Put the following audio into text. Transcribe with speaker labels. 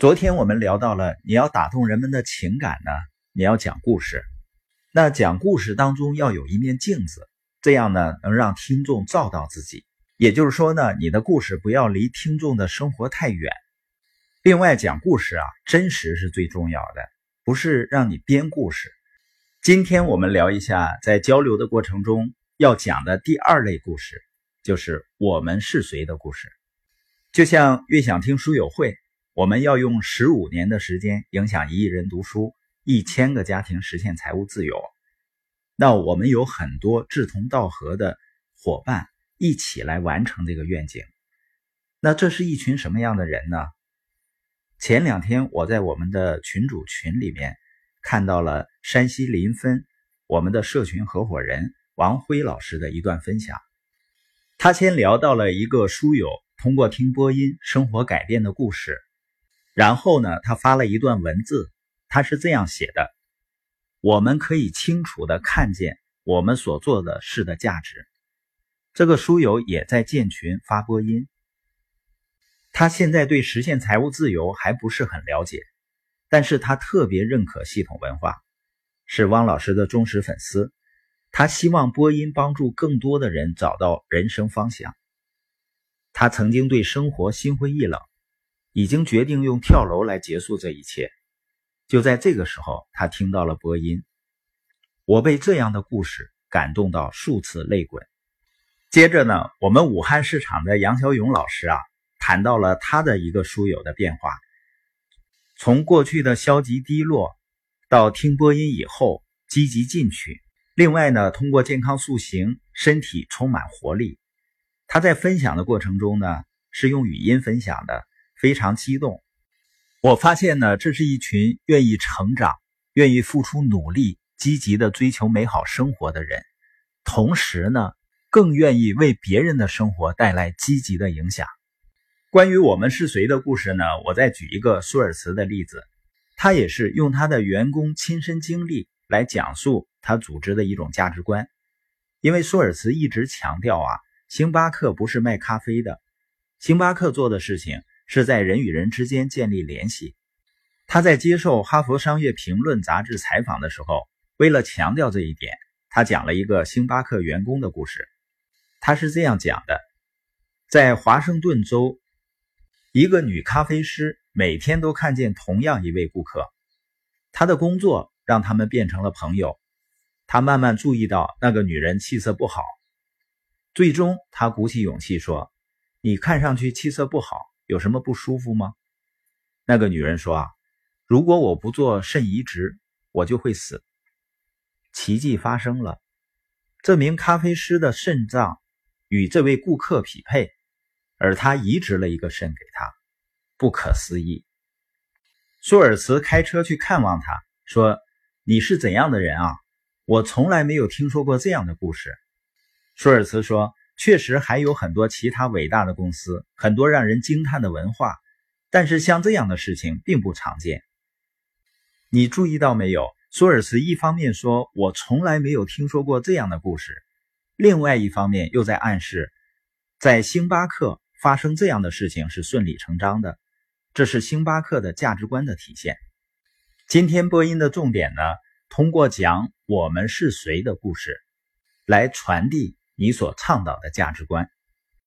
Speaker 1: 昨天我们聊到了，你要打动人们的情感呢，你要讲故事。那讲故事当中要有一面镜子，这样呢能让听众照到自己。也就是说呢，你的故事不要离听众的生活太远。另外讲故事啊，真实是最重要的，不是让你编故事。今天我们聊一下在交流的过程中要讲的第二类故事，就是我们是谁的故事。就像悦享听书友会，我们要用15年的时间影响1亿人读书，1000个家庭实现财务自由。那我们有很多志同道合的伙伴一起来完成这个愿景。那这是一群什么样的人呢？前2天我在我们的群主群里面看到了山西临汾我们的社群合伙人王辉老师的一段分享。他先聊到了一个书友通过听播音生活改变的故事，然后呢，他发了一段文字，他是这样写的：我们可以清楚地看见我们所做的事的价值。这个书友也在建群发播音，他现在对实现财务自由还不是很了解，但是他特别认可系统文化，是汪老师的忠实粉丝。他希望播音帮助更多的人找到人生方向。他曾经对生活心灰意冷，已经决定用跳楼来结束这一切。就在这个时候，他听到了播音，我被这样的故事感动到数次泪滚。接着呢，我们武汉市场的杨小勇老师谈到了他的一个书友的变化，从过去的消极低落到听播音以后积极进取。另外呢，通过健康塑形，身体充满活力。他在分享的过程中呢，是用语音分享的，非常激动。我发现呢，这是一群愿意成长、愿意付出努力、积极的追求美好生活的人，同时呢，更愿意为别人的生活带来积极的影响。关于我们是谁的故事呢，我再举一个舒尔茨的例子。他也是用他的员工亲身经历来讲述他组织的一种价值观。因为舒尔茨一直强调星巴克不是卖咖啡的，星巴克做的事情是在人与人之间建立联系。他在接受《哈佛商业评论》杂志采访的时候，为了强调这一点，他讲了一个星巴克员工的故事。他是这样讲的：在华盛顿州，一个女咖啡师每天都看见同样一位顾客，她的工作让他们变成了朋友。他慢慢注意到那个女人气色不好，最终他鼓起勇气说：你看上去气色不好，有什么不舒服吗？那个女人说如果我不做肾移植，我就会死。奇迹发生了，这名咖啡师的肾脏与这位顾客匹配，而他移植了一个肾给他，不可思议。舒尔茨开车去看望他，说：你是怎样的人啊？我从来没有听说过这样的故事。舒尔茨说：确实还有很多其他伟大的公司，很多让人惊叹的文化，但是像这样的事情并不常见。你注意到没有？舒尔茨一方面说我从来没有听说过这样的故事，另外一方面又在暗示，在星巴克发生这样的事情是顺理成章的，这是星巴克的价值观的体现。今天播音的重点呢，通过讲我们是谁的故事，来传递你所倡导的价值观。